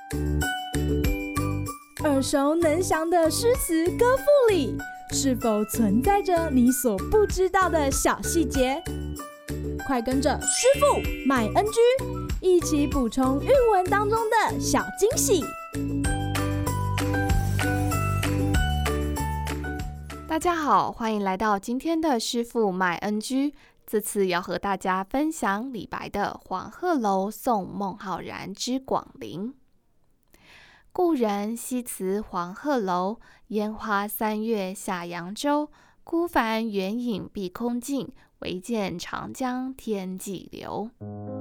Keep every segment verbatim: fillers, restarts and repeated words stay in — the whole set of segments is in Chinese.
耳熟能详的诗词歌赋里，是否存在着你所不知道的小细节？快跟着师傅麦恩居一起补充韵文当中的小惊喜。 大家好，欢迎来到今天的师傅麦恩居。这次要和大家分享李白的《黄鹤楼送孟浩然之广陵》。故人西辞黄鹤楼，烟花三月下扬州。孤帆远影碧空尽，唯见长江天际流。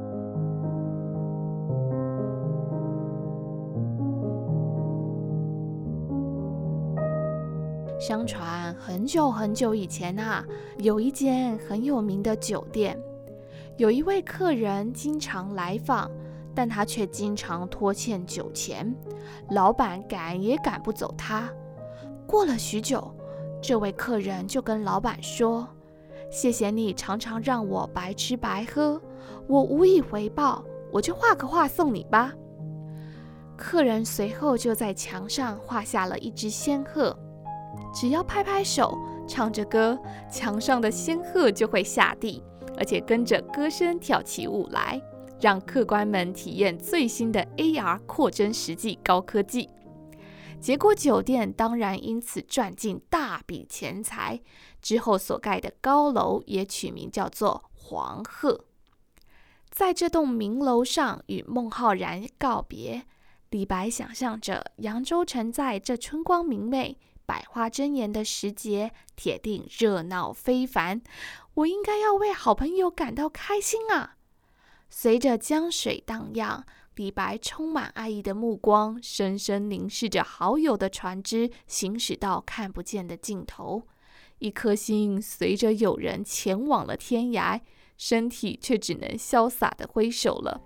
相传很久很久以前啊，有一间很有名的酒店，有一位客人经常来访，但他却经常拖欠酒钱，老板赶也赶不走他。过了许久，这位客人就跟老板说：谢谢你常常让我白吃白喝，我无以回报，我就画个画送你吧。客人随后就在墙上画下了一只仙鹤，只要拍拍手，唱着歌，墙上的仙鹤就会下地，而且跟着歌声跳起舞来，让客官们体验最新的 A R 扩增实际高科技。结果酒店当然因此赚进大笔钱财，之后所盖的高楼也取名叫做黄鹤。在这栋名楼上与孟浩然告别，李白想象着扬州城在这春光明媚、百花争妍的时节，铁定热闹非凡，我应该要为好朋友感到开心啊！随着江水荡漾，李白充满爱意的目光深深凝视着好友的船只行驶到看不见的尽头，一颗心随着友人前往了天涯，身体却只能潇洒地挥手了。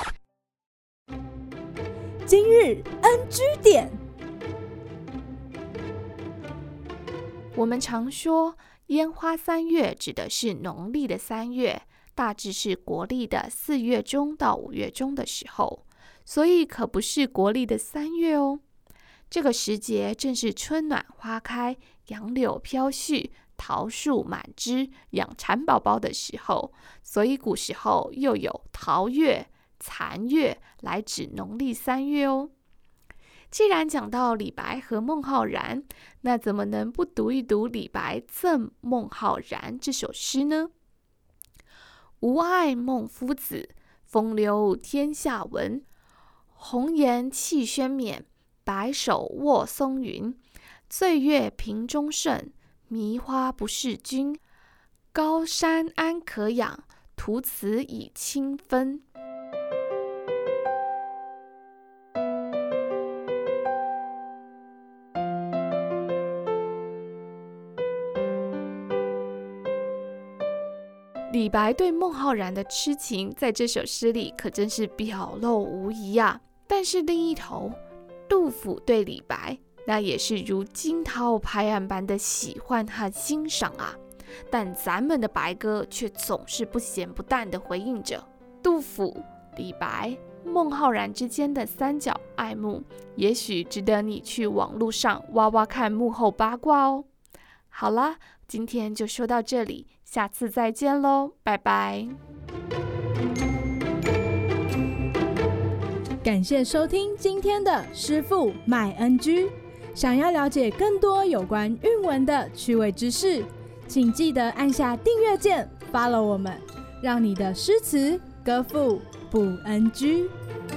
今日 N G 点。 我们常说烟花三月指的是农历的三月，大致是国历的四月中到五月中的时候，所以可不是国历的三月哦。这个时节正是春暖花开、杨柳飘絮、桃树满枝、养蚕宝宝的时候，所以古时候又有桃月、残月来指农历三月哦。既然讲到李白和孟浩然，那怎么能不读一读李白赠孟浩然这首诗呢？吾爱孟夫子，风流天下闻。红颜弃轩冕，白首卧松云。醉月频中圣，迷花不识君。高山安可仰，徒此以清分。李白对孟浩然的痴情，在这首诗里可真是表露无遗啊！但是另一头，杜甫对李白那也是如惊涛拍岸般的喜欢和欣赏啊！但咱们的白鸽却总是不咸不淡地回应着。杜甫、李白、孟浩然之间的三角爱慕，也许值得你去网络上挖挖看幕后八卦哦。好啦，今天就说到这里，下次再见喽，拜拜。 感谢收听今天的师傅麦恩居。想要了解更多有关韵文的趣味知识，请记得按下订阅键 ，follow 我们，让你的诗词歌赋不 N G。